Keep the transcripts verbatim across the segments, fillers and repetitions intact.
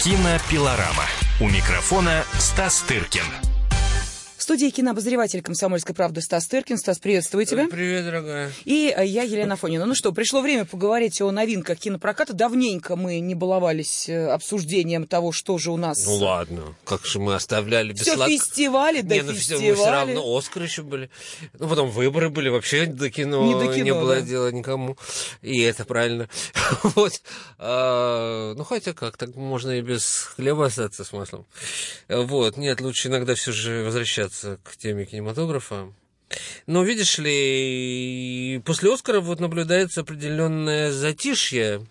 Кинопилорама. У микрофона Стас Тыркин. В студии кинообозреватель «Комсомольской правды» Стас Тыркин. Стас, приветствую тебя. Привет, дорогая. И я, Елена Афонина. Ну что, пришло время поговорить о новинках кинопроката. Давненько мы не баловались обсуждением того, что же у нас... Ну ладно, как же мы оставляли без Все лак... фестивали, да не, ну, фестивали. Все, мы все равно, Оскар еще были. Ну, потом выборы были, вообще до кино не, до кино, не было да. дела никому. И это правильно. Вот. А, ну, хотя как, так можно и без хлеба остаться с маслом. Вот. Нет, лучше иногда все же возвращаться к теме кинематографа. Но, видишь ли, после Оскара вот наблюдается определенное затишье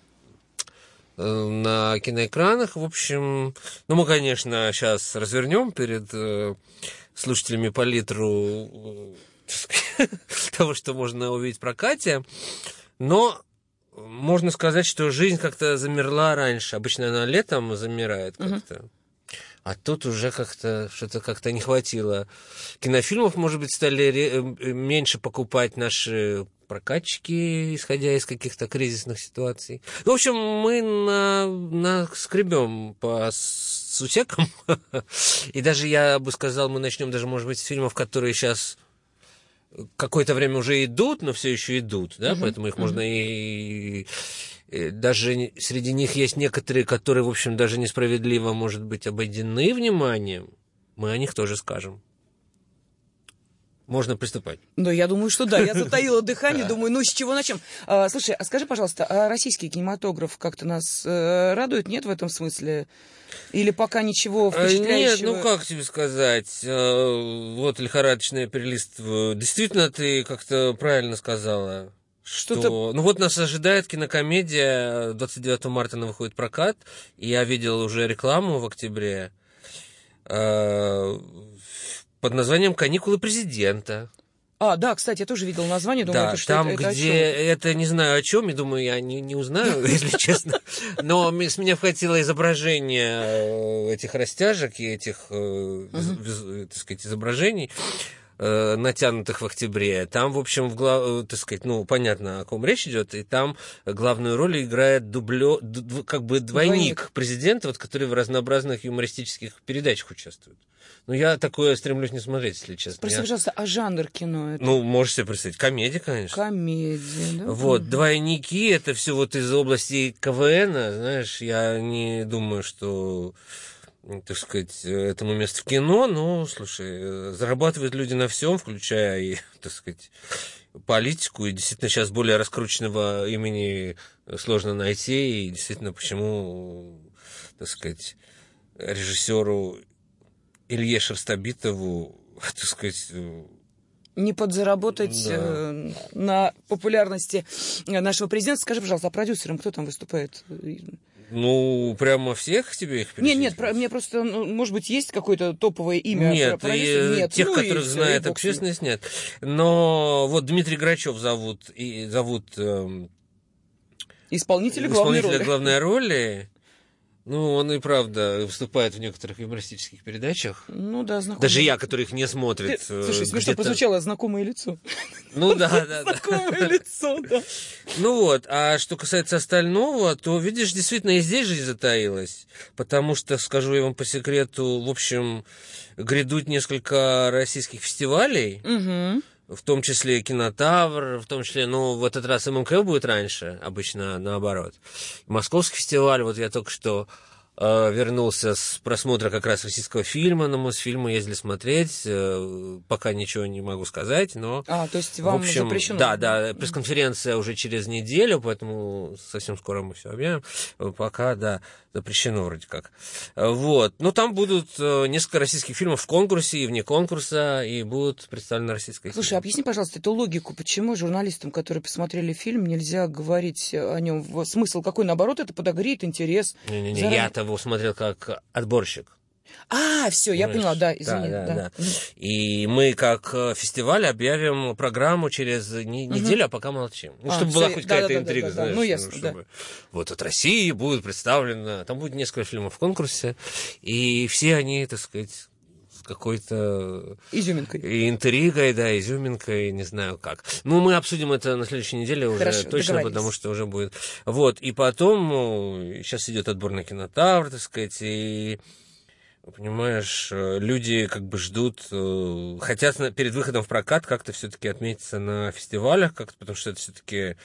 на киноэкранах. В общем, ну, мы, конечно, сейчас развернем перед э, слушателями палитру э, того, что можно увидеть в прокате, но можно сказать, что жизнь как-то замерла раньше. Обычно она летом замирает как-то. Uh-huh. А тут уже как-то что-то как-то не хватило кинофильмов, может быть, стали меньше покупать наши прокатчики, исходя из каких-то кризисных ситуаций. Ну, в общем, мы на, на скребем по сусекам. И даже, я бы сказал, мы начнем даже, может быть, с фильмов, которые сейчас какое-то время уже идут, но все еще идут, да, uh-huh. поэтому их uh-huh. можно и... Даже среди них есть некоторые, которые, в общем, даже несправедливо, может быть, обойдены вниманием. Мы о них тоже скажем. Можно приступать. Да, я думаю, что да. Я затаила дыхание, думаю, ну с чего начнем? А, слушай, а скажи, пожалуйста, а российский кинематограф как-то нас э, радует? Нет в этом смысле? Или пока ничего впечатляющего? Нет, ну как тебе сказать? Вот лихорадочное перелистываю. Действительно, ты как-то правильно сказала. Что... Что-то... Ну вот нас ожидает кинокомедия, двадцать девятого марта она выходит в прокат, и я видел уже рекламу в октябре э, под названием «Каникулы президента». А, да, кстати, я тоже видел название, думаю, да, это что, там, это, это где это не знаю о чем, и думаю, я не, не узнаю, если честно. Но с меня хватило изображения этих растяжек и этих, так сказать, изображений, натянутых в октябре. Там, в общем, в глав... так сказать, ну, понятно, о ком речь идет, и там главную роль играет дублё... д... как бы двойник, двойник президента, вот, который в разнообразных юмористических передачах участвует. Ну, я такое стремлюсь не смотреть, если честно. Спроси, я... пожалуйста, а жанр кино это? Ну, можешь себе представить, комедия, конечно. Комедия, да? Вот, угу. Двойники, это все вот из области КВНа, знаешь, я не думаю, что... так сказать, этому месту в кино, но, слушай, зарабатывают люди на всем, включая и, так сказать, политику, и действительно сейчас более раскрученного имени сложно найти, и действительно, почему, так сказать, режиссеру Илье Шерстобитову, так сказать... не подзаработать да. на популярности нашего президента. Скажи, пожалуйста, а продюсером кто там выступает? Ну, прямо всех тебе их перечислить? Нет, нет, про, мне просто, ну, может быть, есть какое-то топовое имя? Нет, про, и, нет. тех, ну, которых и знает все, общественность, нет. Но вот Дмитрий Грачев зовут, и зовут э, исполнителя главной исполнителя роли. главной роли. Ну, он и правда выступает в некоторых юмористических передачах. Ну да, знакомый. Даже я, который их не смотрит. Ты, слушай, смешно прозвучало знакомое лицо. Ну да, да, да. Знакомое лицо, да. Ну вот, а что касается остального, то, видишь, действительно и здесь жизнь затаилась. Потому что, скажу я вам по секрету, в общем, грядут несколько российских фестивалей. Угу. В том числе Кинотавр, в том числе, ну, в этот раз ММК будет раньше, обычно наоборот. Московский фестиваль, вот я только что э, вернулся с просмотра как раз российского фильма, на Мосфильмы ездили смотреть, э, пока ничего не могу сказать, но... А, то есть вам в общем, запрещено? Да, да, пресс-конференция уже через неделю, поэтому совсем скоро мы все объявим, пока, да, запрещено вроде как. Вот. Но там будут несколько российских фильмов в конкурсе и вне конкурса, и будут представлены российские фильмы. Слушай, объясни, пожалуйста, эту логику. Почему журналистам, которые посмотрели фильм, нельзя говорить о нем? Смысл какой? Наоборот, это подогреет интерес. Не-не-не, Заранее... я того смотрел как отборщик. А, все, я поняла, да, извини. Да, да. да, да. И мы, как фестиваль, объявим программу через не, неделю, угу. а пока молчим. Ну, а, чтобы была хоть да, какая-то да, интрига, да, да, знаешь. Да. Ну, ясно, ну, чтобы... да. Вот от России будет представлено, там будет несколько фильмов в конкурсе, и все они, так сказать, какой-то... Изюминкой. И интригой, да, изюминкой, не знаю как. Ну, мы обсудим это на следующей неделе уже. Хорошо, точно, потому что уже будет... Вот, и потом, ну, сейчас идет отбор на кинотавр, так сказать, и... Понимаешь, люди как бы ждут, хотят перед выходом в прокат как-то все-таки отметиться на фестивалях, как-то, потому что это все-таки,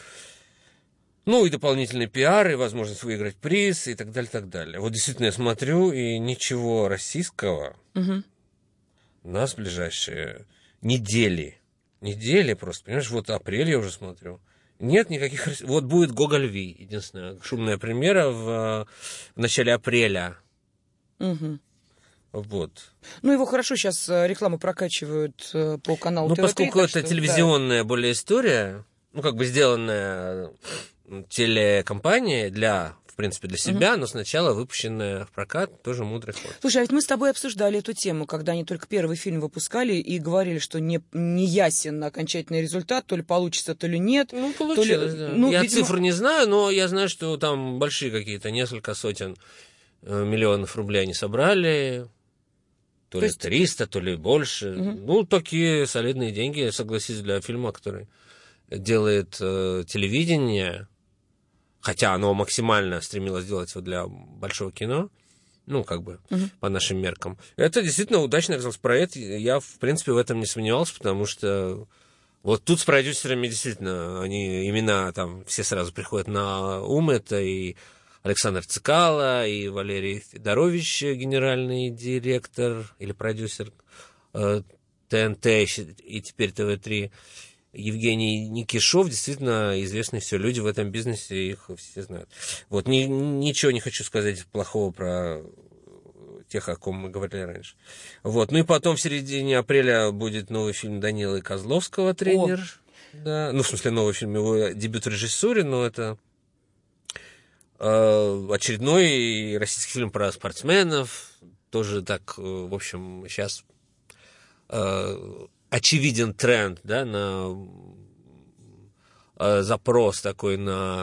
ну, и дополнительный пиар, и возможность выиграть приз, и так далее, так далее. Вот действительно я смотрю, и ничего российского угу. у нас в ближайшие недели, недели просто, понимаешь, вот апрель я уже смотрю. Нет никаких... Вот будет «Гоголь Ви», единственная шумная премьера в, в начале апреля. Угу. Вот. Ну, его хорошо сейчас рекламу прокачивают по каналу Ну, тэ вэ три. поскольку это что, телевизионная да. более история, ну, как бы сделанная телекомпанией для, в принципе, для себя, угу. но сначала выпущенная в прокат, тоже мудрый ход. Слушай, а ведь мы с тобой обсуждали эту тему, когда они только первый фильм выпускали и говорили, что не, не ясен окончательный результат, то ли получится, то ли нет. Ну, получилось, то ли... да. Ну, я видимо... цифр не знаю, но я знаю, что там большие какие-то, несколько сотен миллионов рублей они собрали. То, то ли есть... триста, то ли больше. Угу. Ну, такие солидные деньги, согласись, для фильма, который делает э, телевидение, хотя оно максимально стремилось сделать его для большого кино, ну, как бы, угу. по нашим меркам. Это действительно удачный оказался проект. Я, в принципе, в этом не сомневался, потому что вот тут с продюсерами действительно, они, имена там все сразу приходят на ум. Это и Александр Цикало, и Валерий Федорович, генеральный директор или продюсер э, тэ эн тэ и теперь тэ вэ три, Евгений Никишов, действительно известные все люди в этом бизнесе, их все знают. Вот, ни, ничего не хочу сказать плохого про тех, о ком мы говорили раньше. Вот, ну и потом в середине апреля будет новый фильм Данилы Козловского «Тренер». Да. Ну, в смысле, новый фильм, его дебют в режиссуре, но это... очередной российский фильм про спортсменов, тоже так, в общем, сейчас э, очевиден тренд, да, на э, запрос такой на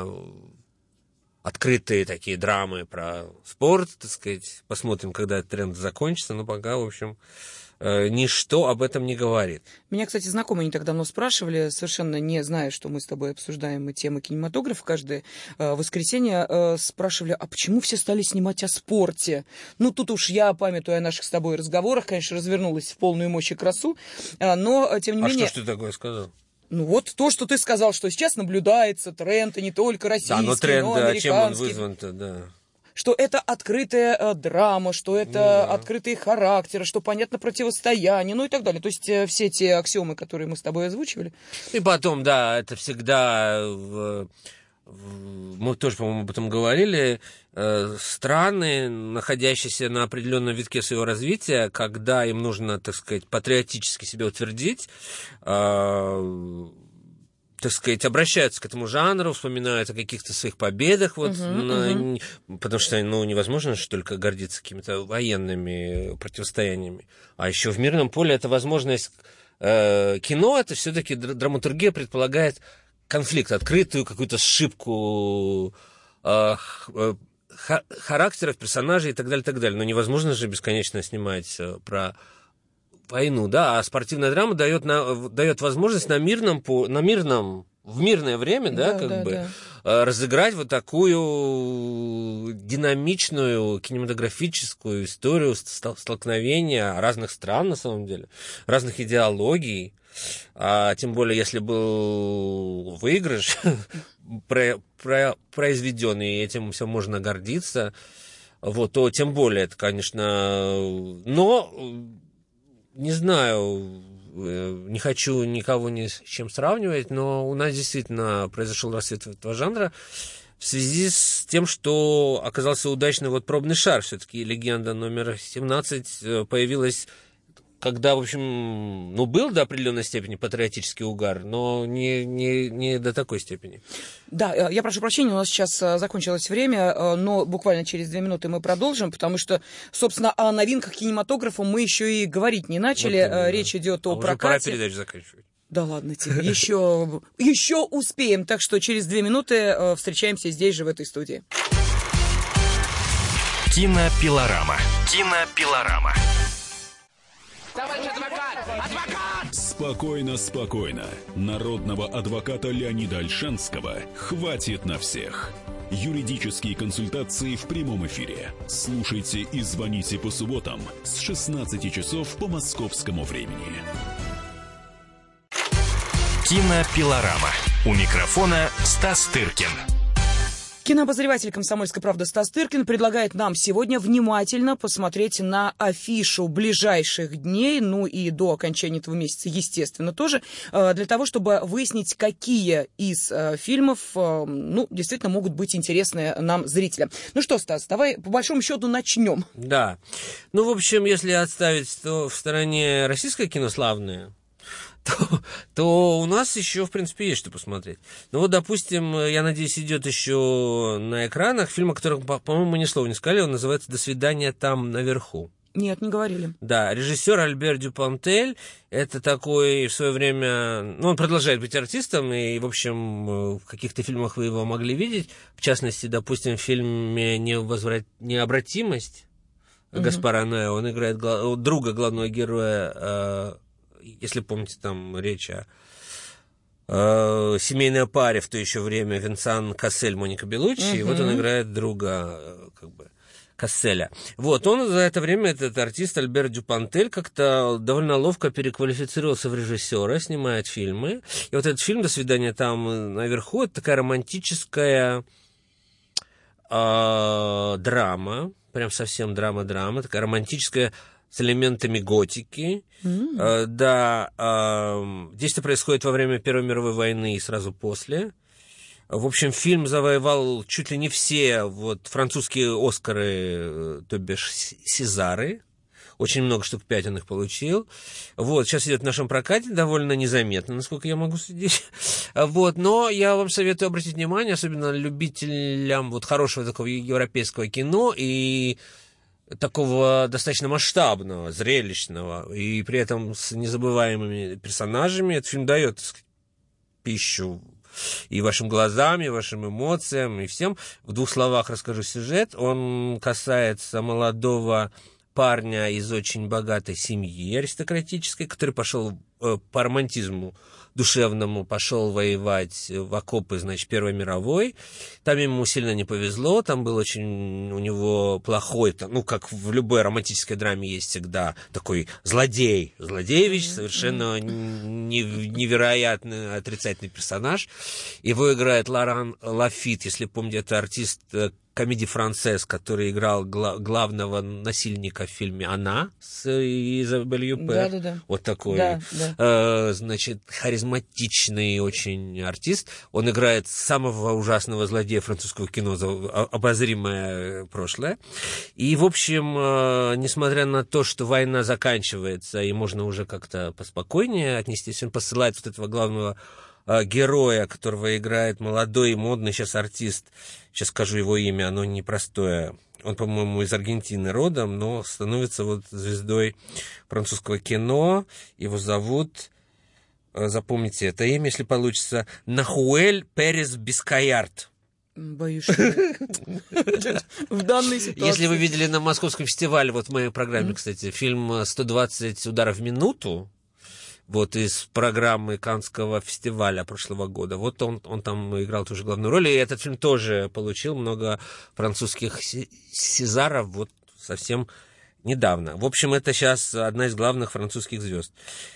открытые такие драмы про спорт, так сказать. Посмотрим, когда этот тренд закончится, но пока, в общем, э, ничто об этом не говорит. Меня, кстати, знакомые не так давно спрашивали, совершенно не зная, что мы с тобой обсуждаем темы кинематографа, каждое э, воскресенье э, спрашивали, а почему все стали снимать о спорте? Ну, тут уж я, памятуя о наших с тобой разговорах, конечно, развернулась в полную мощь и красу, э, но, тем не а менее... А что ж ты такое сказал? Ну вот то, что ты сказал, что сейчас наблюдается тренд, и не только российский, да, но, тренд, но да, американский. чем он вызван-то, да. Что это открытая э, драма, что это ну, да. открытые характеры, что понятно противостояние, ну и так далее. То есть э, все те аксиомы, которые мы с тобой озвучивали. И потом, да, это всегда... В... Мы тоже, по-моему, об этом говорили, страны, находящиеся на определенном витке своего развития, когда им нужно, так сказать, патриотически себя утвердить, так сказать, обращаются к этому жанру, вспоминают о каких-то своих победах, вот, uh-huh, на, uh-huh. потому что ну, невозможно же только гордиться какими-то военными противостояниями. А еще в мирном поле это возможность... Кино, это все-таки драматургия предполагает конфликт, открытую какую-то сшибку э, х, характеров, персонажей и так далее, так далее. Но невозможно же бесконечно снимать э, про войну, да, а спортивная драма дает, на, дает возможность на мирном, по, на мирном, в мирное время, да, да как да, бы, да. Э, разыграть вот такую динамичную кинематографическую историю столкновения разных стран, на самом деле, разных идеологий. А тем более, если был выигрыш про, про, произведенный, и этим все можно гордиться, вот, то тем более это, конечно... Но, не знаю, не хочу никого ни с чем сравнивать, но у нас действительно произошел расцвет этого жанра в связи с тем, что оказался удачный вот пробный шар. Все-таки «Легенда номер семнадцать» появилась... Когда, в общем, ну, был до определенной степени патриотический угар, но не, не, не до такой степени. Да, я прошу прощения, у нас сейчас закончилось время, но буквально через две минуты мы продолжим, потому что, собственно, о новинках кинематографа мы еще и говорить не начали. Вот именно. Речь идет о а прокате. Уже пора передачу заканчивать. Да ладно тебе, еще, еще успеем, так что через две минуты встречаемся здесь же, в этой студии. Кинопилорама. Кинопилорама. Товарищ адвокат! Адвокат! Спокойно, спокойно. Народного адвоката Леонида Ольшанского хватит на всех. Юридические консультации в прямом эфире. Слушайте и звоните по субботам с шестнадцати часов по московскому времени. Кинопилорама. У микрофона Стас Тыркин. Кинообозреватель «Комсомольской правды» Стас Тыркин предлагает нам сегодня внимательно посмотреть на афишу ближайших дней, ну и до окончания этого месяца, естественно, тоже, для того, чтобы выяснить, какие из фильмов, ну, действительно могут быть интересны нам, зрителям. Ну что, Стас, давай по большому счету начнем. Да. Ну, в общем, если отставить то в стороне российское кино славное, То, то у нас еще, в принципе, есть что посмотреть. Ну вот, допустим, я надеюсь, идет еще на экранах фильм, о котором, по-моему, мы ни слова не сказали, он называется «До свидания там наверху». Нет, не говорили. Да, режиссер Альбер Дюпонтель, это такой в свое время, ну, он продолжает быть артистом, и, в общем, в каких-то фильмах вы его могли видеть, в частности, допустим, в фильме «Невозврат... «Необратимость» mm-hmm. Гаспара Ноэ, он играет гла... друга главного героя, если помните, там речь о э, семейной паре в то еще время Винсан Кассель, Моника Белуччи, uh-huh. и вот он играет друга э, как бы Касселя. Вот, он за это время, этот артист Альбер Дюпонтель, как-то довольно ловко переквалифицировался в режиссера, снимает фильмы. И вот этот фильм «До свидания там наверху» — это такая романтическая э, драма, прям совсем драма-драма, такая романтическая с элементами готики. Mm. Э, да, э, действие происходит во время Первой мировой войны и сразу после. В общем, фильм завоевал чуть ли не все вот, французские Оскары, то бишь Сезары. Очень много, штук пять он их получил. Вот, сейчас идет в нашем прокате, довольно незаметно, насколько я могу судить. Вот, но я вам советую обратить внимание, особенно любителям вот, хорошего такого европейского кино и такого достаточно масштабного, зрелищного, и при этом с незабываемыми персонажами. Этот фильм дает, так сказать, пищу и вашим глазам, и вашим эмоциям, и всем. В двух словах расскажу сюжет. Он касается молодого парня из очень богатой семьи аристократической, который пошел э, по романтизму душевному, пошел воевать в окопы, значит, Первой мировой. Там ему сильно не повезло, там был очень у него плохой, там, ну, как в любой романтической драме есть всегда такой злодей, злодеевич, совершенно невероятный отрицательный персонаж. Его играет Лоран Лафит, если помните, это артист комедии «Францесс», который играл гла- главного насильника в фильме «Она» с Изабель Юппер. Да, да, да. Вот такой, да, да. Э, значит, харизматичный очень артист. Он играет самого ужасного злодея французского кино за обозримое прошлое. И, в общем, э, несмотря на то, что война заканчивается, и можно уже как-то поспокойнее отнестись, он посылает вот этого главного героя, которого играет молодой и модный сейчас артист. Сейчас скажу его имя, оно непростое. Он, по-моему, из Аргентины родом, но становится вот звездой французского кино. Его зовут, запомните это имя, если получится, Нахуэль Перес Бискаярд. Боюсь, что в данной ситуации. Если вы видели на Московском фестивале, вот в моей программе, кстати, фильм «сто двадцать ударов в минуту», вот из программы Каннского фестиваля прошлого года. Вот он, он там играл тоже главную роль, и этот фильм тоже получил много французских сезаров вот совсем недавно. В общем, это сейчас одна из главных французских звезд.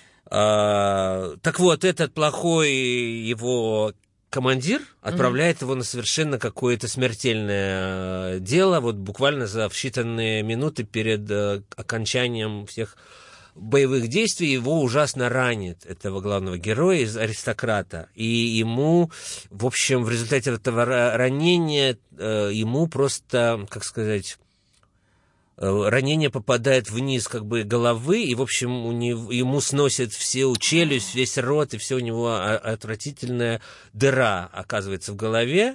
А, так вот, этот плохой его командир отправляет mm-hmm. его на совершенно какое-то смертельное дело, вот буквально за считанные минуты перед окончанием всех боевых действий. Его ужасно ранит, этого главного героя из «Аристократа». И ему, в общем, в результате этого ранения, ему просто, как сказать, ранение попадает вниз как бы головы, и, в общем, у него, ему сносит всю челюсть, весь рот, и все у него отвратительная дыра оказывается в голове.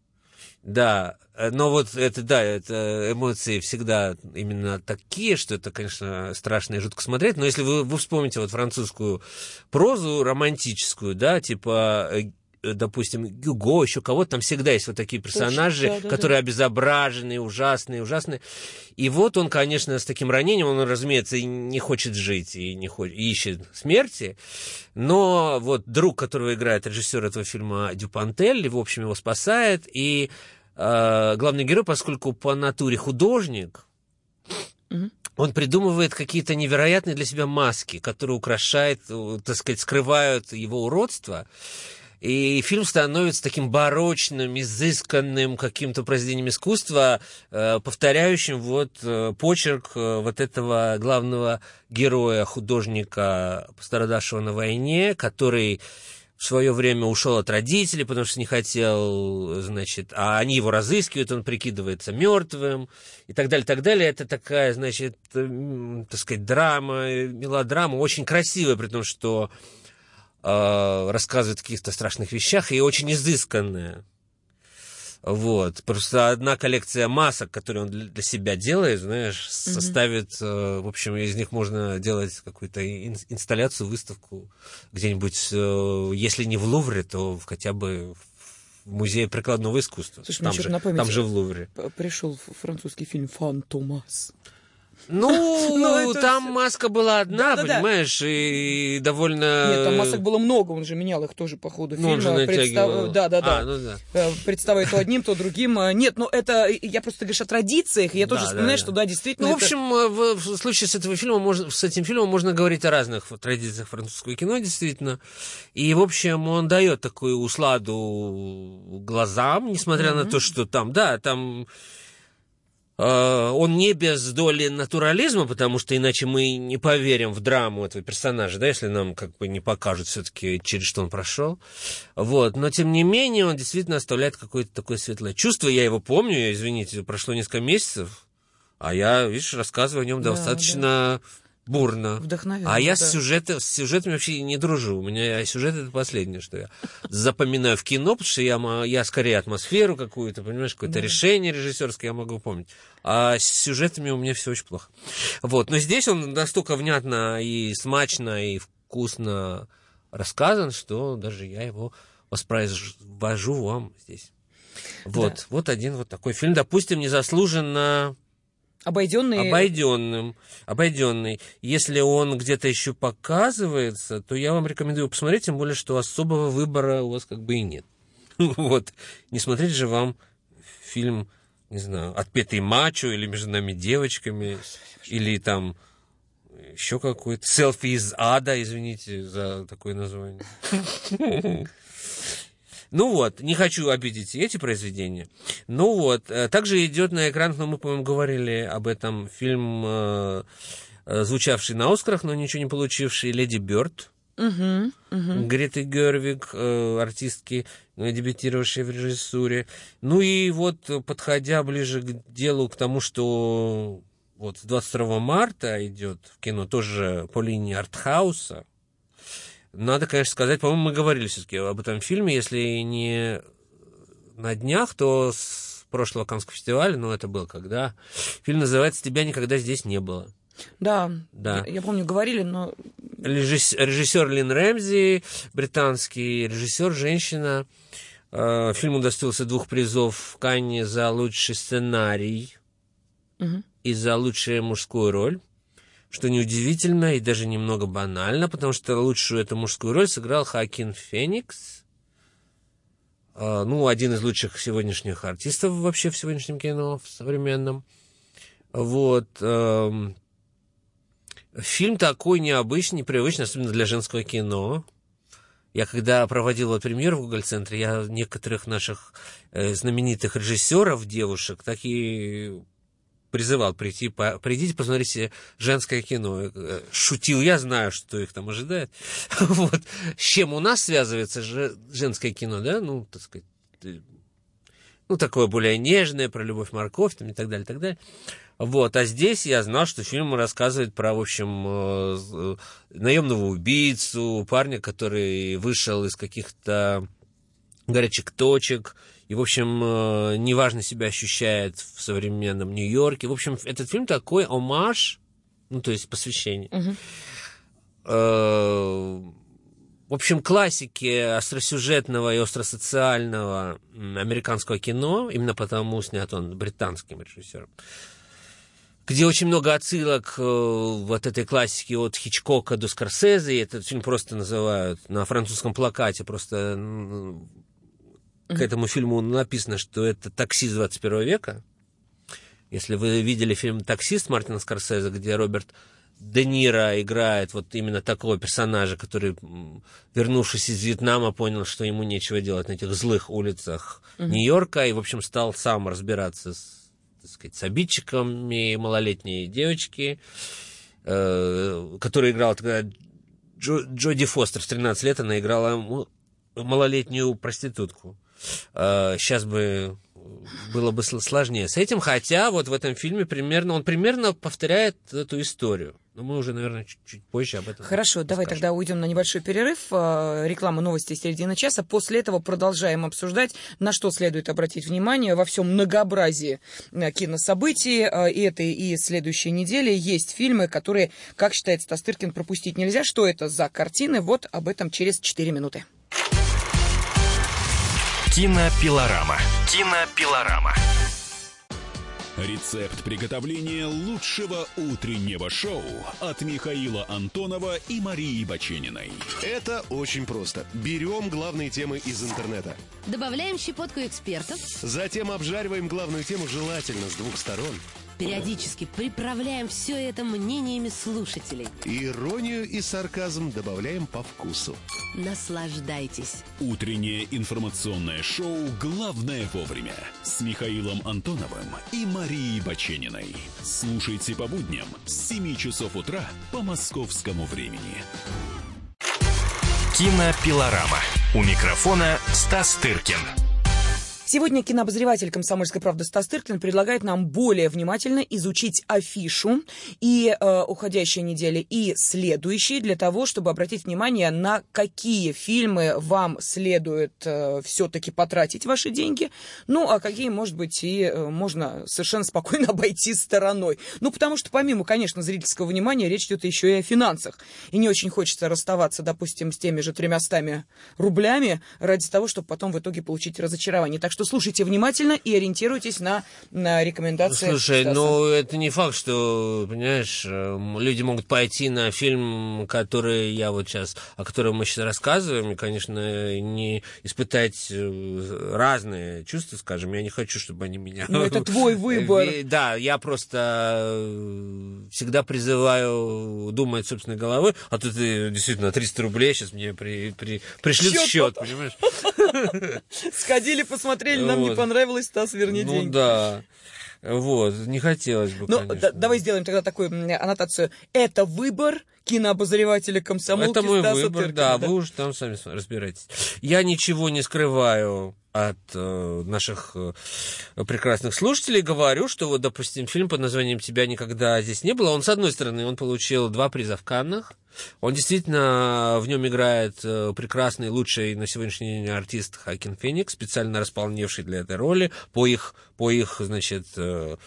Да, но вот это, да, это эмоции всегда именно такие, что это, конечно, страшно и жутко смотреть, но если вы, вы вспомните вот французскую прозу романтическую, да, типа допустим, Гюго, еще кого-то, там всегда есть вот такие персонажи, Точно, да, да, которые да. обезображенные, ужасные, ужасные. И вот он, конечно, с таким ранением, он, разумеется, и не хочет жить, и, не хочет, и ищет смерти, но вот друг, которого играет режиссер этого фильма Дюпантель, в общем, его спасает, и э, главный герой, поскольку по натуре художник, Мгм. он придумывает какие-то невероятные для себя маски, которые украшают, так сказать, скрывают его уродство. И фильм становится таким барочным, изысканным каким-то произведением искусства, повторяющим вот почерк вот этого главного героя, художника, пострадавшего на войне, который в свое время ушел от родителей, потому что не хотел, значит, а они его разыскивают, он прикидывается мертвым и так далее, так далее. Это такая, значит, так сказать, драма, мелодрама, очень красивая, при том, что э, рассказывает о каких-то страшных вещах и очень изысканная. Вот. Просто одна коллекция масок, которые он для себя делает, знаешь, mm-hmm. составит, в общем, из них можно делать какую-то инсталляцию, выставку где-нибудь, если не в Лувре, то хотя бы в Музее прикладного искусства. Слушай, там, мне же, напомнить, там же в Лувре. Пришел французский фильм «Фантомас». Ну, это там всё- маска была одна, Да-да-да. понимаешь, и довольно... Нет, там масок было много, он же менял их тоже по ходу Ну, он же фильма. натягивал. Да, да, да. А, ну да. Э, представая то одним, то другим. Э, Нет, ну это, я просто, ты говоришь, о традициях, и я Да, тоже да, вспоминаю, да. что да, действительно... Ну, в это- общем, в, в случае с, этого фильма можно, с этим фильмом можно говорить о разных традициях французского кино, действительно. И, в общем, он дает такую усладу глазам, несмотря mm-hmm. на то, что там, да, там... Uh, он не без доли натурализма, потому что иначе мы не поверим в драму этого персонажа, да, если нам как бы не покажут все-таки, через что он прошел. Вот. Но, тем не менее, он действительно оставляет какое-то такое светлое чувство. Я его помню, извините, прошло несколько месяцев, а я, видишь, рассказываю о нем Да, достаточно... бурно. Вдохновенно, А я да. с, сюжета, с сюжетами вообще не дружу. У меня сюжет — это последнее, что я запоминаю в кино, потому что я, я скорее атмосферу какую-то, понимаешь, какое-то Да. решение режиссерское я могу помнить. А с сюжетами у меня все очень плохо. Вот. Но здесь он настолько внятно и смачно, и вкусно рассказан, что даже я его воспроизвожу вам здесь. Вот. Да. Вот один вот такой фильм, допустим, незаслуженно... Обойденные... Обойденным, обойденный. Если он где-то еще показывается, то я вам рекомендую посмотреть, тем более, что особого выбора у вас как бы и нет. Вот. Не смотреть же вам фильм, не знаю, «Отпетый мачо» или «Между нами девочками», или там еще какой-то «Селфи из ада», извините за такое название. Ну вот, не хочу обидеть эти произведения. Ну вот, также идет на экранах, но мы, по-моему, говорили об этом, фильм, э, звучавший на «Оскарах», но ничего не получивший, «Леди Бёрд». Угу, угу. Греты Гервиг, э, артистки, дебютировавшей в режиссуре. Ну и вот, подходя ближе к делу, к тому, что вот двадцать второго марта идет в кино тоже по линии артхауса, надо, конечно, сказать, по-моему, мы говорили все-таки об этом фильме, если не на днях, то с прошлого Каннского фестиваля, ну, это было когда. Фильм называется «Тебя никогда здесь не было». Да, Да. Я, я помню, говорили, но... Режиссер, режиссер Лин Рэмзи, британский режиссер, женщина. Э, фильм удостоился двух призов в Канне за лучший сценарий Угу. и за лучшую мужскую роль. Что неудивительно и даже немного банально, потому что лучшую эту мужскую роль сыграл Хоакин Феникс. Э, ну, один из лучших сегодняшних артистов вообще в сегодняшнем кино, в современном. Вот. Э, фильм такой необычный, непривычный, особенно для женского кино. Я когда проводил вот премьеру в Гоголь-центре, я некоторых наших э, знаменитых режиссеров, девушек, так и призывал прийти, по, придите, посмотрите женское кино. Шутил, я знаю, что их там ожидает. Вот. С чем у нас связывается же, женское кино, да, ну, так сказать, ну, такое более нежное, про любовь, морковь там, и так далее, и так далее. Вот. А здесь я знал, что фильм рассказывает про, в общем, наемного убийцу, парня, который вышел из каких-то горячих точек, и, в общем, неважно себя ощущает в современном Нью-Йорке. В общем, этот фильм такой омаж, ну, то есть посвящение, Угу. в общем, классики остросюжетного и остросоциального американского кино, именно потому снят он британским режиссером, где очень много отсылок вот этой классики от Хичкока до Скорсезе, и этот фильм просто называют на французском плакате, просто к этому фильму написано, что это «Таксист двадцать первого века». Если вы видели фильм «Таксист» Мартина Скорсезе, где Роберт Де Ниро играет вот именно такого персонажа, который, вернувшись из Вьетнама, понял, что ему нечего делать на этих злых улицах mm-hmm. Нью-Йорка, и, в общем, стал сам разбираться с, так сказать, с обидчиками малолетней девочки, э, которая играла тогда Джо, Джоди Фостер, в тринадцать лет она играла малолетнюю проститутку. Э, сейчас бы было бы сложнее с этим, хотя вот в этом фильме примерно, он примерно повторяет эту историю. Но мы уже, наверное, чуть-чуть позже об этом Хорошо, расскажем. Давай тогда уйдем на небольшой перерыв. Реклама, новости, середины часа. После этого продолжаем обсуждать, на что следует обратить внимание во всем многообразии кинособытий. И этой, и следующей недели есть фильмы, которые, как считает Стас Тыркин, пропустить нельзя. Что это за картины? Вот об этом через четыре минуты. Кинопилорама. Кинопилорама. Рецепт приготовления лучшего утреннего шоу от Михаила Антонова и Марии Бачениной. Это очень просто. Берем главные темы из интернета. Добавляем щепотку экспертов. Затем обжариваем главную тему желательно с двух сторон. Периодически приправляем все это мнениями слушателей. Иронию и сарказм добавляем по вкусу. Наслаждайтесь. Утреннее информационное шоу «Главное вовремя» с Михаилом Антоновым и Марией Бачениной. Слушайте по будням с семи часов утра по московскому времени. Кинопилорама. У микрофона Стас Тыркин. Сегодня кинообозреватель «Комсомольской правды» Стас Тыркин предлагает нам более внимательно изучить афишу и э, уходящей недели, и следующие, для того, чтобы обратить внимание, на какие фильмы вам следует э, все-таки потратить ваши деньги, ну, а какие, может быть, и э, можно совершенно спокойно обойти стороной. Ну, потому что помимо, конечно, зрительского внимания, речь идет еще и о финансах. И не очень хочется расставаться, допустим, с теми же тремястами рублями ради того, чтобы потом в итоге получить разочарование. Так что слушайте внимательно и ориентируйтесь на, на рекомендации. Слушай, Стаса. ну это не факт, что, понимаешь, люди могут пойти на фильм, который я вот сейчас, о котором мы сейчас рассказываем, и, конечно, не испытать разные чувства, скажем. Я не хочу, чтобы они меня... Ну, это твой выбор. Да, я просто всегда призываю думать собственной головой, а тут действительно триста рублей сейчас мне при, при, пришлют счет, счет понимаешь? Сходили, посмотрели, нам вот. Не понравилось, Стас, верни ну, деньги. Ну да, вот, не хотелось бы, ну, конечно. Да, давай сделаем тогда такую аннотацию. Это выбор кинообозревателя комсомолки Это мой Стаса выбор, Тыркина, да, да, вы уже там сами разбираетесь. Я ничего не скрываю от э, наших э, прекрасных слушателей, говорю, что вот, допустим, фильм под названием «Тебя никогда здесь не было», он, с одной стороны, он получил два приза в Каннах, он действительно, в нем играет э, прекрасный, лучший на сегодняшний день артист Хоакин Феникс, специально располневший для этой роли, по их, по их значит, э,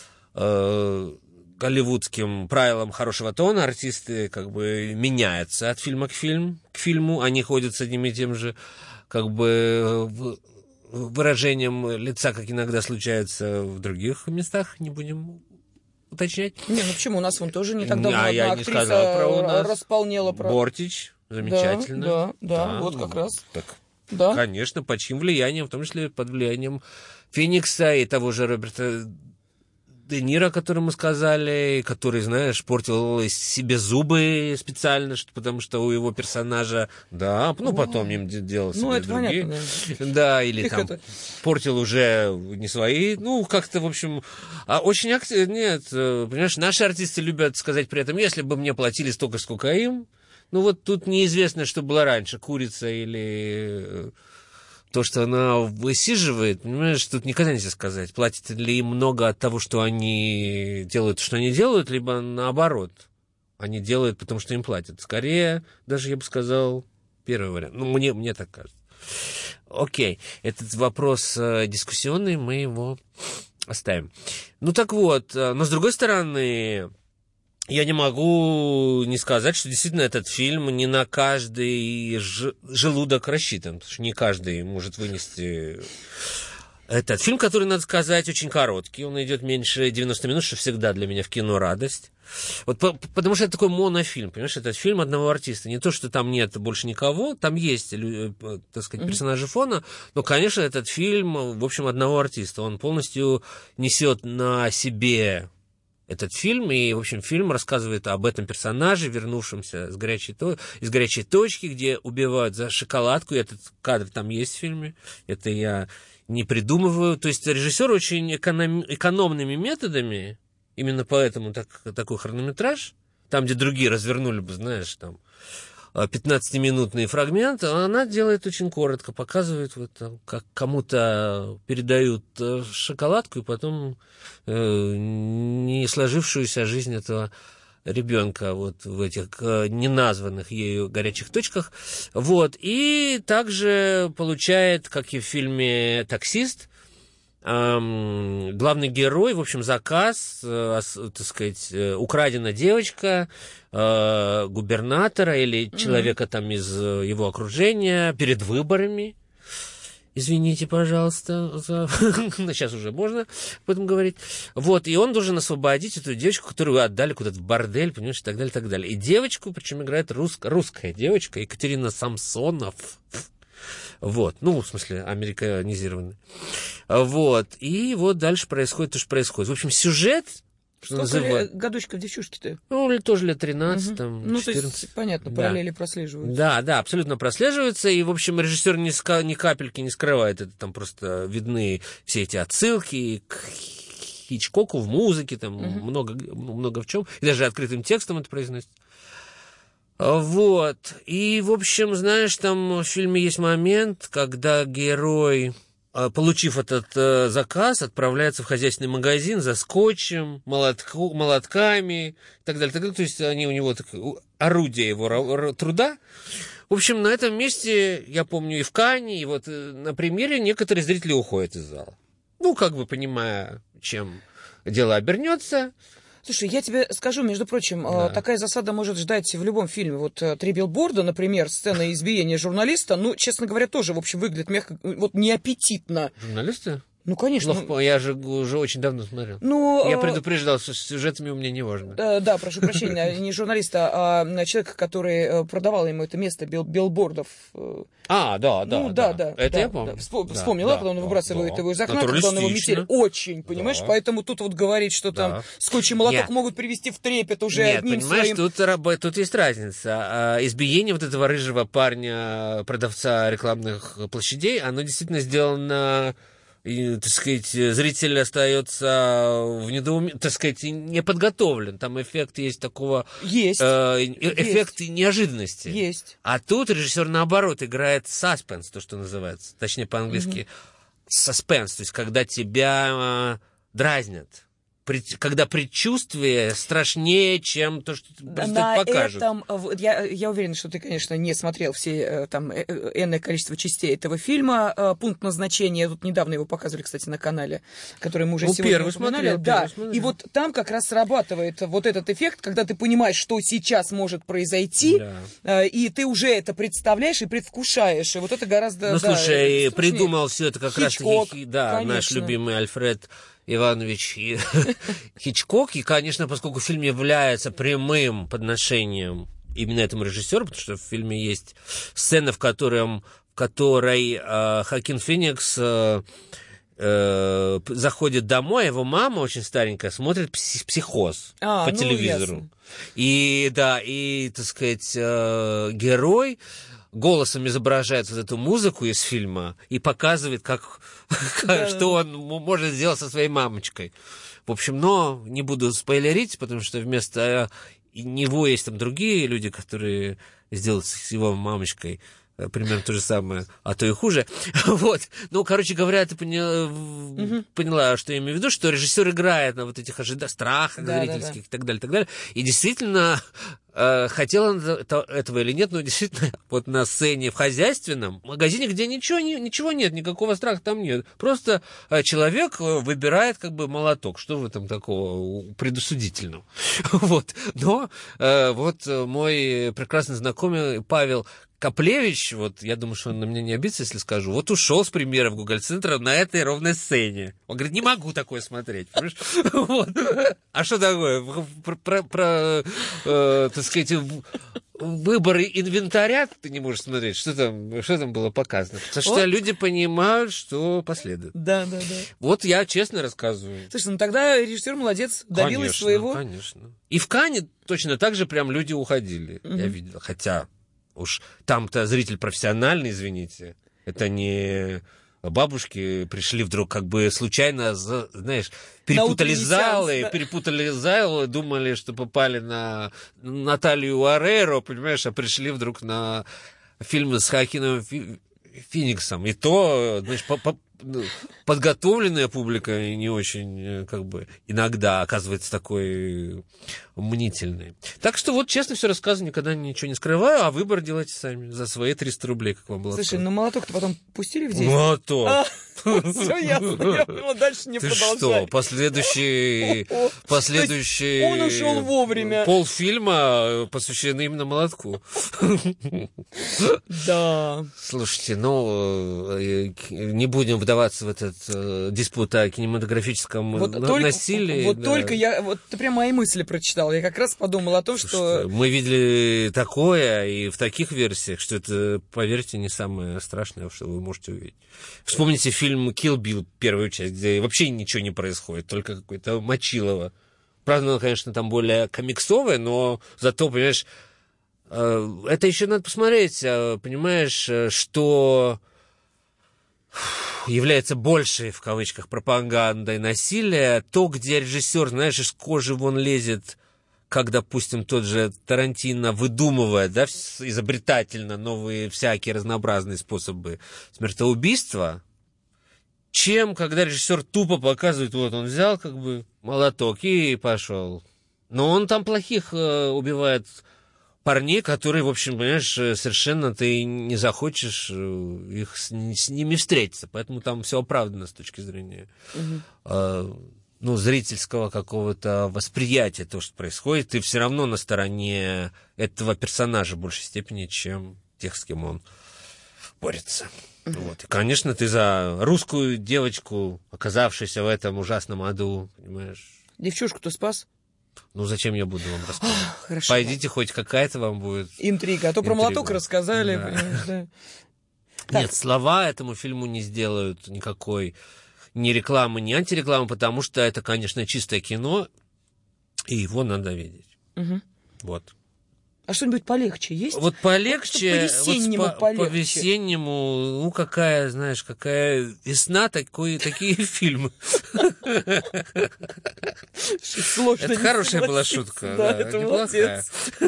э, голливудским правилам хорошего тона, артисты как бы меняются от фильма к, фильм, к фильму, они ходят с одним и тем же как бы выражением лица, как иногда случается в других местах, не будем уточнять. Не, ну почему? У нас вон тоже не так давно а одна я актриса не сказал про у нас. располнела. Про... Бортич, замечательно. Да, да, да, да вот ну, как раз. Так, да. Конечно, под чьим влиянием, в том числе под влиянием Феникса и того же Роберта Де Ниро, о котором мы сказали, который, знаешь, портил себе зубы специально, что, потому что у его персонажа, да, ну, потом им делал себе ну, это другие. понятно, да. Да, или Их там это... портил уже не свои, ну, как-то, в общем, а очень активно, нет, понимаешь, наши артисты любят сказать при этом, если бы мне платили столько, сколько им, ну, вот тут неизвестно, что было раньше, курица или... То, что она высиживает, понимаешь, тут никогда нельзя сказать, платят ли им много от того, что они делают, что они делают, либо наоборот, они делают, потому что им платят. Скорее, даже я бы сказал, первый вариант. Ну, мне, мне так кажется. Окей, этот вопрос э, дискуссионный, мы его оставим. Ну, так вот, э, но с другой стороны... я не могу не сказать, что действительно этот фильм не на каждый ж... желудок рассчитан, потому что не каждый может вынести этот фильм, который, надо сказать, очень короткий. Он идет меньше девяноста минут, что всегда для меня в кино радость. Вот по, потому что это такой монофильм, понимаешь, этот фильм одного артиста. Не то, что там нет больше никого, там есть, так сказать, персонажи фона, но, конечно, этот фильм, в общем, одного артиста. Он полностью несет на себе этот фильм, и, в общем, фильм рассказывает об этом персонаже, вернувшемся с горячей то... из горячей точки, где убивают за шоколадку, и этот кадр там есть в фильме, это я не придумываю. То есть режиссер очень эконом... экономными методами, именно поэтому так, такой хронометраж, там, где другие развернули бы, знаешь, там, пятнадцатиминутный фрагмент, она делает очень коротко, показывает, вот, как кому-то передают шоколадку, и потом э, не сложившуюся жизнь этого ребенка вот в этих неназванных ею горячих точках. Вот. И также получает, как и в фильме «Таксист», эм, главный герой, в общем, заказ, э, так сказать, э, украдена девочка э, губернатора или человека mm-hmm. там из его окружения перед выборами. Извините, пожалуйста, за... сейчас уже можно об этом говорить. Вот, и он должен освободить эту девочку, которую отдали куда-то в бордель, понимаешь, и так далее, и так далее. И девочку, причем играет рус... русская девочка, Екатерина Самсонов. Вот, ну, в смысле, американизированная. Вот, и вот дальше происходит то, что происходит. В общем, сюжет... Что называется? Годочков девчушки-то? Ну, тоже лет тринадцать, угу. там, ну, четырнадцать. То есть, понятно, параллели да. прослеживаются. Да, да, абсолютно прослеживаются, и, в общем, режиссер ни, ска- ни капельки не скрывает, это там просто видны все эти отсылки к Хичкоку в музыке, там, угу. много, много в чем, и даже открытым текстом это произносится. Вот, и, в общем, знаешь, там в фильме есть момент, когда герой... получив этот э, заказ, отправляется в хозяйственный магазин за скотчем, молотку, молотками и так далее, так далее. То есть они у него так, орудие его р- труда. В общем, на этом месте, я помню, и в Канне, и вот на премьере некоторые зрители уходят из зала. Ну, как бы понимая, чем дело обернется. Слушай, я тебе скажу, между прочим, да. такая засада может ждать в любом фильме. Вот «Три билборда», например, сцена избиения журналиста, ну, честно говоря, тоже, в общем, выглядит, мягко, вот неаппетитно. Журналисты? Ну, конечно. Ну, я же уже очень давно смотрел. Ну, я предупреждал, что с сюжетами у меня не важно. Да, да, прошу прощения, не журналиста, а человека, который продавал ему это место бил, билбордов. А, да, да. Ну, да, да. Это да, я помню. Да. Вспом- да, вспомнила, да, потом он да, выбрасывает да. его из окна, когда он его метель. Очень, понимаешь? Да. Поэтому тут вот говорить, что там да. скотч и молоток Нет. могут привести в трепет уже Нет, одним понимаешь, своим... тут, тут есть разница. Избиение вот этого рыжего парня, продавца рекламных площадей, оно действительно сделано... И, так сказать, зритель остается в недоумении, так сказать, не подготовлен. Там эффект есть такого... Есть. Э, эффект есть. неожиданности. Есть. А тут режиссер, наоборот, играет саспенс, то, что называется. Точнее, по-английски саспенс. Mm-hmm. То есть, когда тебя э, дразнят. Когда предчувствие страшнее, чем то, что на покажут. Этом, я, я уверена, что ты, конечно, не смотрел все там энное количество частей этого фильма. Пункт назначения, тут недавно его показывали, кстати, на канале, который мы уже ну, сегодня упоминали. Смотрел, да, смотрел. И вот там как раз срабатывает вот этот эффект, когда ты понимаешь, что сейчас может произойти, да. и ты уже это представляешь и предвкушаешь. И вот это гораздо... Ну, да, слушай, придумал все это как Хичкок, раз да, конечно. Наш любимый Альфред Иванович Хичкок, и, конечно, поскольку фильм является прямым подношением именно этому режиссеру, потому что в фильме есть сцена, в, котором, в которой э, Хоакин Феникс э, э, заходит домой, а его мама, очень старенькая, смотрит «Психоз» а, по ну, телевизору. Ясно. И, да, и, так сказать, э, герой... голосом изображает вот эту музыку из фильма и показывает, как, да, что он может сделать со своей мамочкой. В общем, но не буду спойлерить, потому что вместо него есть там другие люди, которые сделают с его мамочкой примерно то же самое, а то и хуже. Вот. Ну, короче говоря, ты поняла, угу. поняла, что я имею в виду, что режиссер играет на вот этих ожиданиях, страхах да, зрительских да, да. и так далее, и так далее. И действительно, э, хотел он это, этого или нет, но действительно вот на сцене в хозяйственном магазине, где ничего, не, ничего нет, никакого страха там нет. Просто э, человек выбирает как бы молоток. Что в этом такого предосудительного? Вот. Но э, вот мой прекрасный знакомый Павел Каплевич, вот я думаю, что он на меня не обидится, если скажу, вот ушел с премьеры в Гугл-центре на этой ровной сцене. Он говорит, не могу такое смотреть. Вот. А что такое? Про, про, про э, так сказать, выборы инвентаря ты не можешь смотреть? Что там, что там было показано? Потому что вот. Люди понимают, что последует. Да, да, да. Вот я честно рассказываю. Слушай, ну тогда режиссер молодец, добил из своего. Конечно. И в Канне точно так же прям люди уходили. Mm-hmm. Я видел. Хотя уж там-то зритель профессиональный, извините. Это не бабушки пришли вдруг как бы случайно, знаешь, перепутали залы, сеанс, да. перепутали залы, думали, что попали на Наталью Орейро, понимаешь, а пришли вдруг на фильмы с Хоакином Фениксом. И то, знаешь, по, по, подготовленная публика не очень, как бы, иногда оказывается такой мнительной. Так что вот, честно, все рассказываю, никогда ничего не скрываю, а выбор делайте сами за свои триста рублей, как вам было Слушай, сказано. ну молоток-то потом пустили в действие? Молоток. Все ясно, я поняла, дальше не продолжай. Ты что, последующий... последующий... Он ушел вовремя. Полфильма посвящены именно молотку. Да. Слушайте, ну, не будем вдаваться в этот э, диспут о кинематографическом вот на- только, насилии. Вот да. только я, вот ты прям мои мысли прочитал. Я как раз подумал о том, Слушайте, что... мы видели такое и в таких версиях, что это, поверьте, не самое страшное, что вы можете увидеть. Вспомните фильм «Kill Bill», первую часть, где вообще ничего не происходит, только какое-то мочилово. Правда, оно, конечно, там более комиксовое, но зато, понимаешь, э, это еще надо посмотреть, э, понимаешь, э, что является большей, в кавычках, пропагандой насилия, то, где режиссер, знаешь, из кожи вон лезет, как, допустим, тот же Тарантино выдумывает, да, изобретательно новые всякие разнообразные способы смертоубийства, чем когда режиссер тупо показывает, вот он взял как бы молоток и пошел. Но он там плохих э, убивает парней, которые, в общем, понимаешь, совершенно ты не захочешь их с, с ними встретиться. Поэтому там все оправдано с точки зрения угу. э, ну, зрительского какого-то восприятия того, что происходит. Ты все равно на стороне этого персонажа в большей степени, чем тех, с кем он борется. Угу. Вот. И, конечно, ты за русскую девочку, оказавшуюся в этом ужасном аду, понимаешь. Девчушку-то спас? Ну, зачем я буду вам рассказывать? Хорошо. Пойдите, хоть какая-то вам будет... Интрига. А то Интрига. Про молоток рассказали. Да. Понимаешь, да. Нет, слова этому фильму не сделают никакой ни рекламы, ни антирекламы, потому что это, конечно, чистое кино, и его надо видеть. Угу. Вот. А что-нибудь полегче есть? Вот полегче, вот по-весеннему вот по, полегче. По-весеннему, ну, какая, знаешь, какая весна, такой, такие фильмы. Это хорошая была шутка, да, неплохая.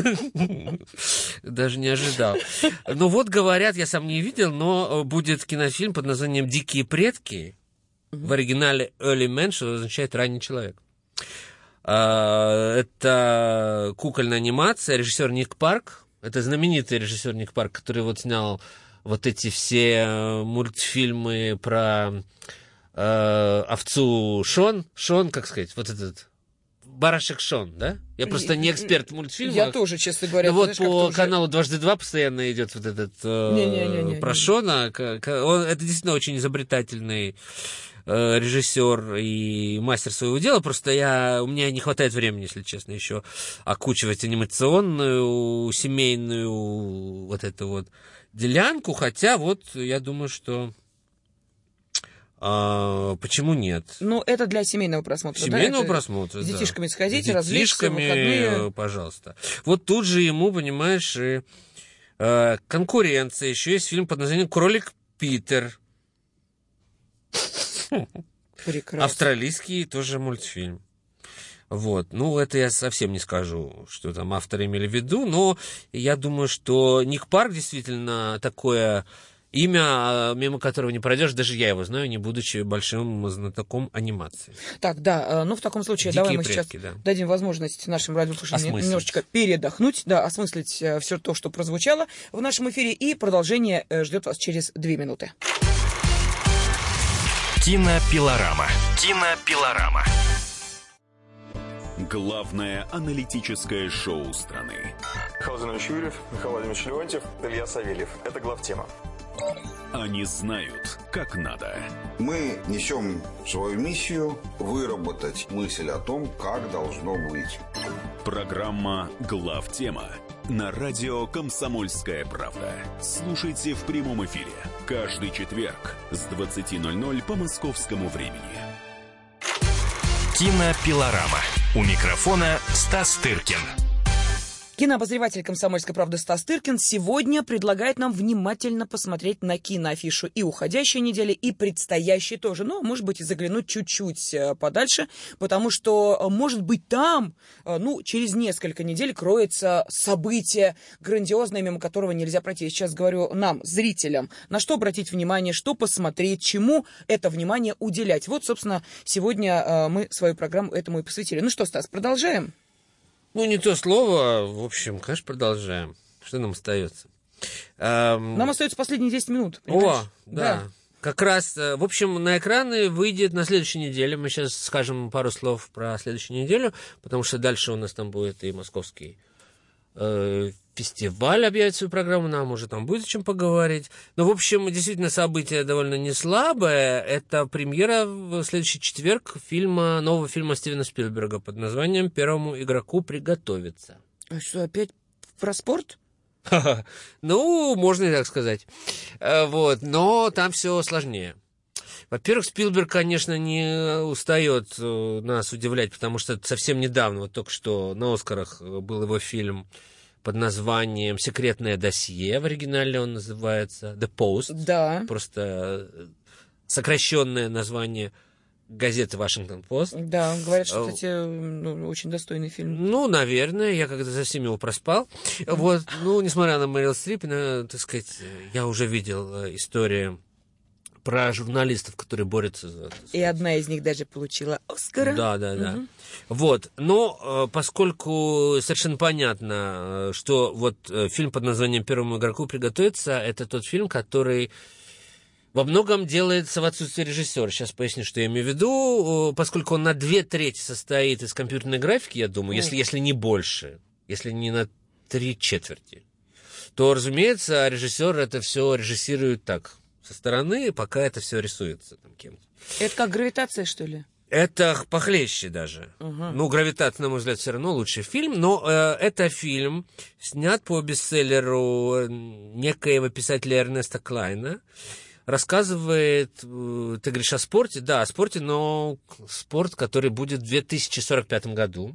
Даже не ожидал. Ну, вот говорят, я сам не видел, но будет кинофильм под названием «Дикие предки». В оригинале «Early Man», что означает «ранний человек». Это кукольная анимация, режиссер Ник Парк. Это знаменитый режиссер Ник Парк, который вот снял вот эти все мультфильмы про э, овцу Шон. Шон, как сказать, вот этот барашек Шон, да? Я просто не эксперт в мультфильмах. Я тоже, честно говоря. Вот знаешь, по тоже... каналу «Дважды два» постоянно идет вот этот э, не, не, не, не, про не. Шона. Он, это действительно очень изобретательный режиссер и мастер своего дела, просто я, у меня не хватает времени, если честно, еще окучивать анимационную, семейную вот эту вот делянку, хотя вот я думаю, что а, почему нет? Ну, это для семейного просмотра, семейного да? просмотра, с да. детишками сходить, с развлечься, выходные. Пожалуйста. Вот тут же ему, понимаешь, и, э, конкуренция. Еще есть фильм под названием «Кролик Питер». Прекрасно. Австралийский тоже мультфильм. Вот. Ну, это я совсем не скажу, что там авторы имели в виду, но я думаю, что Ник Парк действительно такое Имя, мимо которого не пройдешь, даже я его знаю, не будучи большим знатоком анимации. Так, да, ну в таком случае Дикие давай мы предки, сейчас да. дадим возможность нашим радиослушателям Осмыслить. немножечко передохнуть, да, осмыслить все то, что прозвучало в нашем эфире, и продолжение ждет вас через две минуты. Кинопилорама. Кинопилорама. Главное аналитическое шоу страны. Михаил Владимирович Юрьев, Михаил Владимирович Леонтьев, Илья Савельев. Это главтема. Они знают, как надо. Мы несем свою миссию выработать мысль о том, как должно быть. Программа «Главтема» на радио «Комсомольская правда». Слушайте в прямом эфире каждый четверг с двадцати ноль-ноль по московскому времени. Кинопилорама. У микрофона Стас Тыркин. Кинообозреватель «Комсомольской правды» Стас Тыркин сегодня предлагает нам внимательно посмотреть на киноафишу и уходящей недели, и предстоящей тоже. Но, может быть, и заглянуть чуть-чуть подальше, потому что, может быть, там, ну, через несколько недель кроется событие грандиозное, мимо которого нельзя пройти. Я сейчас говорю нам, зрителям, на что обратить внимание, что посмотреть, чему это внимание уделять. Вот, собственно, сегодня мы свою программу этому и посвятили. Ну что, Стас, продолжаем? Ну, не то слово. В общем, конечно, продолжаем. Что нам остается? Эм... Нам остается последние десять минут. Понимаешь? О, да. да. Как раз, в общем, на экраны выйдет на следующей неделе. Мы сейчас скажем пару слов про следующую неделю, потому что дальше у нас там будет и московский э, фестиваль объявит свою программу, нам уже там будет о чем поговорить. Но, в общем, действительно, событие довольно не слабое. Это премьера в следующий четверг фильма, нового фильма Стивена Спилберга под названием «Первому игроку приготовиться». А что, опять про спорт? Ну, можно и так сказать. Вот, но там все сложнее. Во-первых, Спилберг, конечно, не устает нас удивлять, потому что совсем недавно, вот только что на «Оскарах» был его фильм под названием «Секретное досье», в оригинале он называется «The Post». Да. Просто сокращенное название газеты «Вашингтон Пост». Да, говорят, что, кстати, ну, очень достойный фильм. Ну, наверное, я когда совсем его проспал. Mm-hmm. Вот, ну, несмотря на Мэрил Стрип, на, так сказать, я уже видел историю про журналистов, которые борются за... И одна из них даже получила Оскара. Да, да, да. Угу. Вот, но поскольку совершенно понятно, что вот фильм под названием «Первому игроку приготовиться» — это тот фильм, который во многом делается в отсутствии режиссера. Сейчас поясню, что я имею в виду. Поскольку он на две трети состоит из компьютерной графики, я думаю, если, если не больше, если не на три четверти, то, разумеется, режиссер это все режиссирует так, со стороны, пока это все рисуется там кем-то. Это как «Гравитация», что ли? Это похлеще даже. Uh-huh. Ну, «Гравитация», на мой взгляд, все равно лучший фильм, но э, это фильм снят по бестселлеру некоего писателя Эрнеста Клайна. Рассказывает, э, ты говоришь о спорте? Да, о спорте, но спорт, который будет в две тысячи сорок пятом году.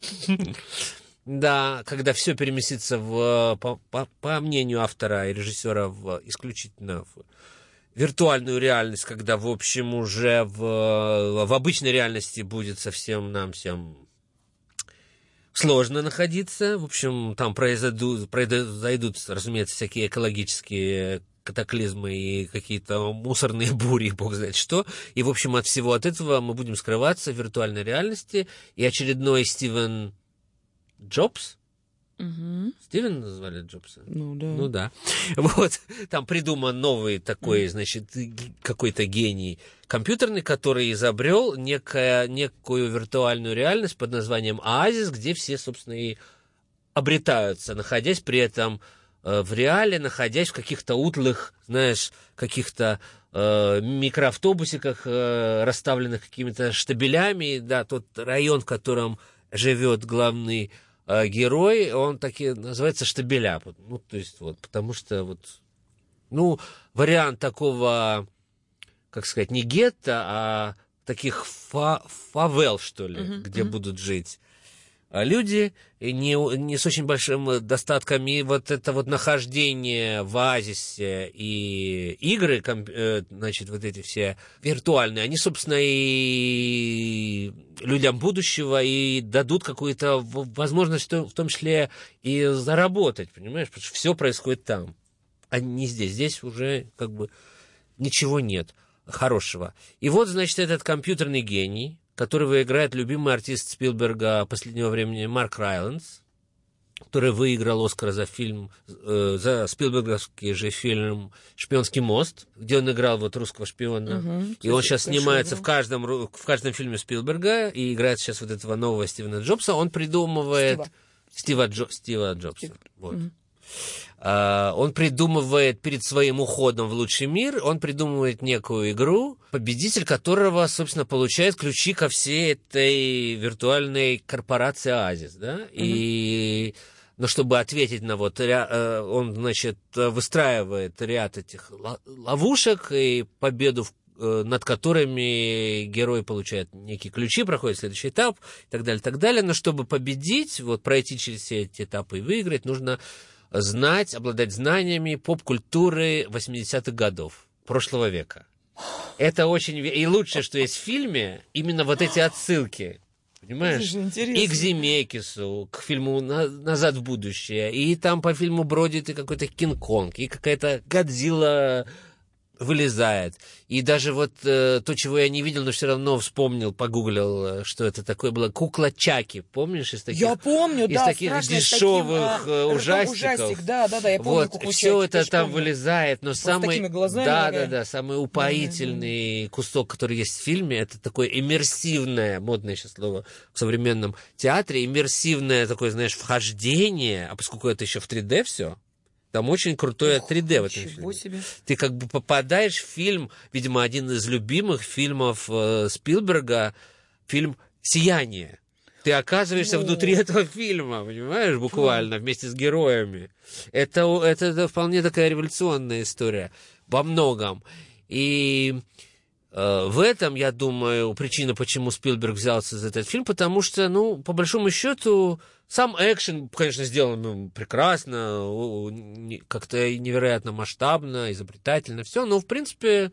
Да, когда все переместится, в, по, по, по мнению автора и режиссера, в исключительно в виртуальную реальность, когда, в общем, уже в, в обычной реальности будет совсем нам всем сложно находиться. В общем, там произойдут, произойдут, разумеется, всякие экологические катаклизмы и какие-то мусорные бури, бог знает что. И, в общем, от всего от этого мы будем скрываться в виртуальной реальности. И очередной Стивен Джобс, угу. Стивен назвали Джобса? Ну да. Ну да. Вот, там придуман новый такой, значит, какой-то гений компьютерный, который изобрел некая, некую виртуальную реальность под названием Оазис, где все, собственно, и обретаются, находясь при этом э, в реале, находясь в каких-то утлых, знаешь, каких-то э, микроавтобусиках, э, расставленных какими-то штабелями, да, тот район, в котором живет главный герой, он таки называется штабеля. Ну, то есть, вот, потому что, вот, ну, вариант такого, как сказать, не гетто, а таких фа- фавел, что ли, uh-huh, где uh-huh. будут жить люди не, не с очень большим достатком. И вот это вот нахождение в оазисе и игры, значит, вот эти все виртуальные, они, собственно, и людям будущего и дадут какую-то возможность, в том числе, и заработать, понимаешь? Потому что все происходит там. а не здесь. Здесь уже как бы ничего нет хорошего. И вот, значит, этот компьютерный гений, которого играет любимый артист Спилберга последнего времени Марк Райландс, который выиграл Оскар за фильм, э, за спилберговский же фильм «Шпионский мост», где он играл вот русского шпиона. Угу, и он сейчас снимается в каждом, в каждом фильме Спилберга и играет сейчас вот этого нового Стивена Джобса. Он придумывает... Стива, Стива, Джо, Стива Джобса. Стив. Вот. Угу. Uh, он придумывает перед своим уходом в лучший мир, он придумывает некую игру, победитель которого, собственно, получает ключи ко всей этой виртуальной корпорации Оазис, да, uh-huh. и, ну, чтобы ответить на вот, ря... он, значит, выстраивает ряд этих ловушек и победу, над которыми герой получает некие ключи, проходит следующий этап и так далее, и так далее, но чтобы победить, вот, пройти через все эти этапы и выиграть, нужно знать, обладать знаниями поп-культуры восьмидесятых годов прошлого века. Это очень... И лучшее, что есть в фильме, именно вот эти отсылки. Понимаешь? И к Земекису, к фильму «Назад в будущее», и там по фильму бродит и какой-то Кинг-Конг, и какая-то Годзилла вылезает. И даже вот э, то, чего я не видел, но все равно вспомнил, погуглил, что это такое было. Кукла Чаки, помнишь? Из таких, я помню, из да. таких дешевых таким, а, ужастиков. Ужастик, да, да, да, я помню вот, Куклу все Чаки, это там помню. Вылезает, но просто самый... такими глазами. Да, такая... да, да, самый упоительный mm-hmm. кусок, который есть в фильме, это такое иммерсивное, модное сейчас слово в современном театре, иммерсивное такое, знаешь, вхождение, а поскольку это еще в три дэ все, там очень крутое три дэ в этом фильме. Себе. Ты как бы попадаешь в фильм, видимо, один из любимых фильмов э, Спилберга, фильм «Сияние». Ты оказываешься О. внутри этого фильма, понимаешь, буквально, вместе с героями. Это, это, это вполне такая революционная история во многом. И э, в этом, я думаю, причина, почему Спилберг взялся за этот фильм, потому что, ну, по большому счету, сам экшен, конечно, сделан ну, прекрасно, как-то невероятно масштабно, изобретательно, все, но, в принципе,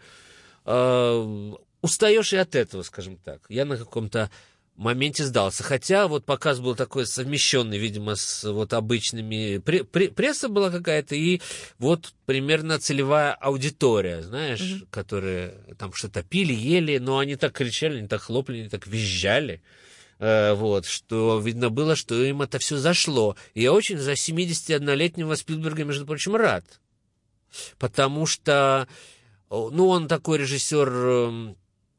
э, устаешь и от этого, скажем так. Я на каком-то моменте сдался. Хотя вот показ был такой совмещенный, видимо, с вот обычными... Пресса была какая-то, и вот примерно целевая аудитория, знаешь, mm-hmm. которые там что-то пили, ели, но они так кричали, они так хлопали, они так визжали. Вот, что видно было, что им это все зашло. И я очень за семидесятиоднолетнего Спилберга, между прочим, рад. Потому что, ну, он такой режиссер э,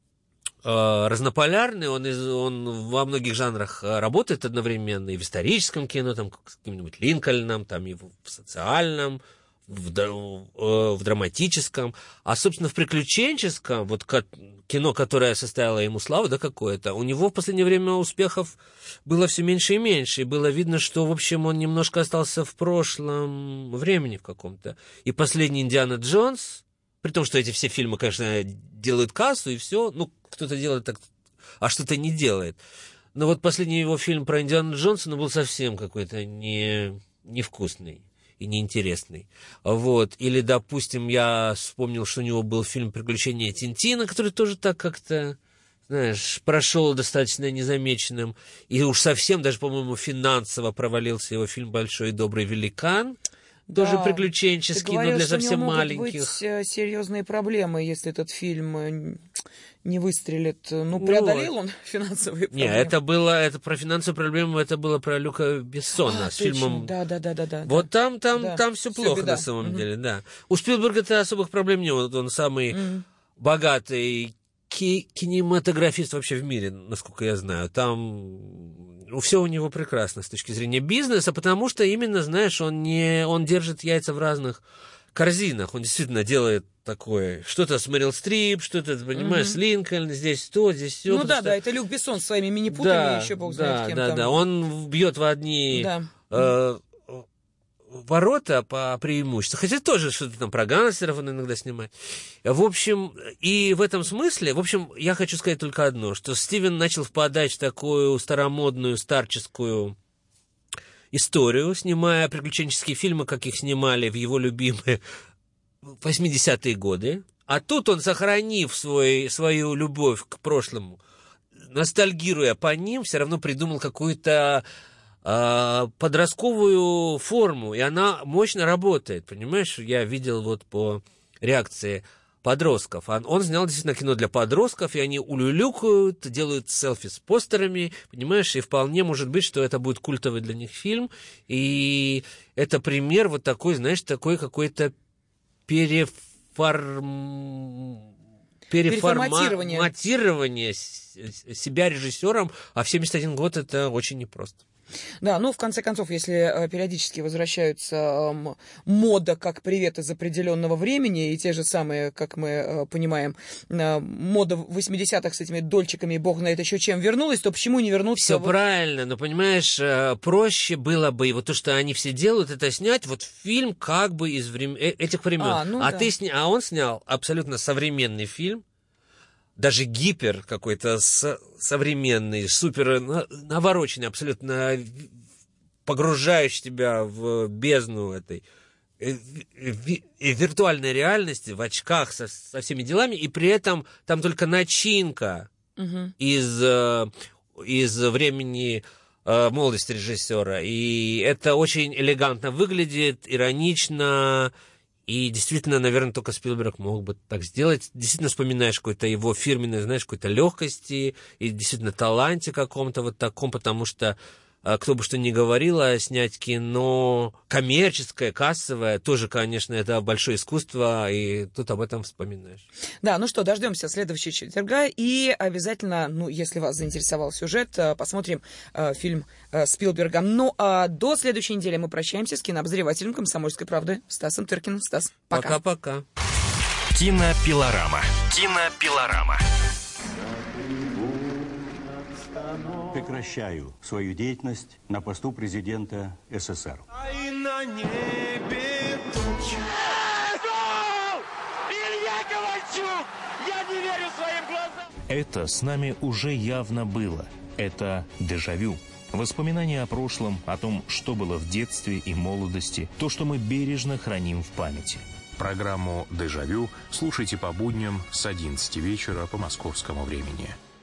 разнополярный, он, из, он во многих жанрах работает одновременно, и в историческом кино, там, с каким-нибудь Линкольном, там, и в социальном, в, в драматическом, а, собственно, в приключенческом, вот кино, которое составило ему славу, да, какое-то, у него в последнее время успехов было все меньше и меньше, и было видно, что, в общем, он немножко остался в прошлом времени в каком-то. И последний «Индиана Джонс», при том, что эти все фильмы, конечно, делают кассу, и все, ну, кто-то делает так, а что-то не делает. Но вот последний его фильм про Индиану Джонса, ну, был совсем какой-то не, невкусный и неинтересный. Вот. Или, допустим, я вспомнил, что у него был фильм «Приключения Тинтина», который тоже так как-то, знаешь, прошел достаточно незамеченным. И уж совсем даже, по-моему, финансово провалился его фильм «Большой и добрый великан». Да. Тоже приключенческий, говорил, но для совсем что у него маленьких. могут быть серьезные проблемы, если этот фильм не выстрелит. Ну, преодолел ну, он финансовые проблемы? Нет, это было, это про финансовые проблемы, это было про Люка Бессона а, с точно. фильмом. Да, да, да, да, да. Вот там, там, да. там все, все плохо беда. На самом mm-hmm. деле, да. У Спилберга-то особых проблем нет, он, он самый mm-hmm. богатый ки- кинематографист вообще в мире, насколько я знаю. Там все у него прекрасно с точки зрения бизнеса, потому что именно, знаешь, он не, он держит яйца в разных корзинах, он действительно делает такое, что-то с Мэрил Стрип, что-то, понимаешь, mm-hmm. с Линкольн, здесь то, здесь все. Ну да, да, это Люк Бессон с своими мини-путами, да, еще бог знает да, кем да, там. Да, он бьет в одни да. э, ворота по преимуществу, хотя тоже что-то там про гангстеров он иногда снимает. В общем, и в этом смысле, в общем, я хочу сказать только одно, что Стивен начал впадать в такую старомодную, старческую историю, снимая приключенческие фильмы, как их снимали в его любимые восьмидесятые годы. А тут он, сохранив свой, свою любовь к прошлому, ностальгируя по ним, все равно придумал какую-то э, подростковую форму, и она мощно работает, понимаешь? Я видел вот по реакции подростков. Он снял действительно кино для подростков, и они улюлюкают, делают селфи с постерами, понимаешь, и вполне может быть, что это будет культовый для них фильм, и это пример вот такой, знаешь, такой какой-то переформ... переформатирование, переформатирование себя режиссером, а в семьдесят один год это очень непросто. Да, ну, в конце концов, если периодически возвращаются э, мода как привет из определенного времени, и те же самые, как мы э, понимаем, э, мода восьмидесятых с этими дольчиками, бог знает еще чем, вернулась, то почему не вернуться? Все вот... правильно, но, понимаешь, проще было бы, вот то, что они все делают, это снять вот фильм как бы из времен, этих времен. А, ну, а, да. ты сня... а он снял абсолютно современный фильм, даже гипер какой-то с, современный, супер навороченный, абсолютно погружающий тебя в бездну этой виртуальной реальности, в очках со, со всеми делами, и при этом там только начинка угу. из, из времени молодости режиссера. И это очень элегантно выглядит, иронично. И действительно, наверное, только Спилберг мог бы так сделать. Действительно вспоминаешь какой-то его фирменной, знаешь, какой-то легкости и действительно таланте каком-то вот таком, потому что кто бы что ни говорил, снять кино коммерческое, кассовое, тоже, конечно, это большое искусство, и тут об этом вспоминаешь. Да, ну что, дождемся следующего четверга, и обязательно, ну, если вас заинтересовал сюжет, посмотрим э, фильм э, Спилберга. Ну, а до следующей недели мы прощаемся с кинообозревателем «Комсомольской правды» Стасом Тыркиным. Стас, пока. Пока-пока. Кинопилорама. Кинопилорама. Прекращаю свою деятельность на посту президента СССР. А и на небе тучи. Илья Ковальчук! Я не верю своим глазам! Это с нами уже явно было. Это дежавю. Воспоминания о прошлом, о том, что было в детстве и молодости, то, что мы бережно храним в памяти. Программу «Дежавю» слушайте по будням с одиннадцати вечера по московскому времени.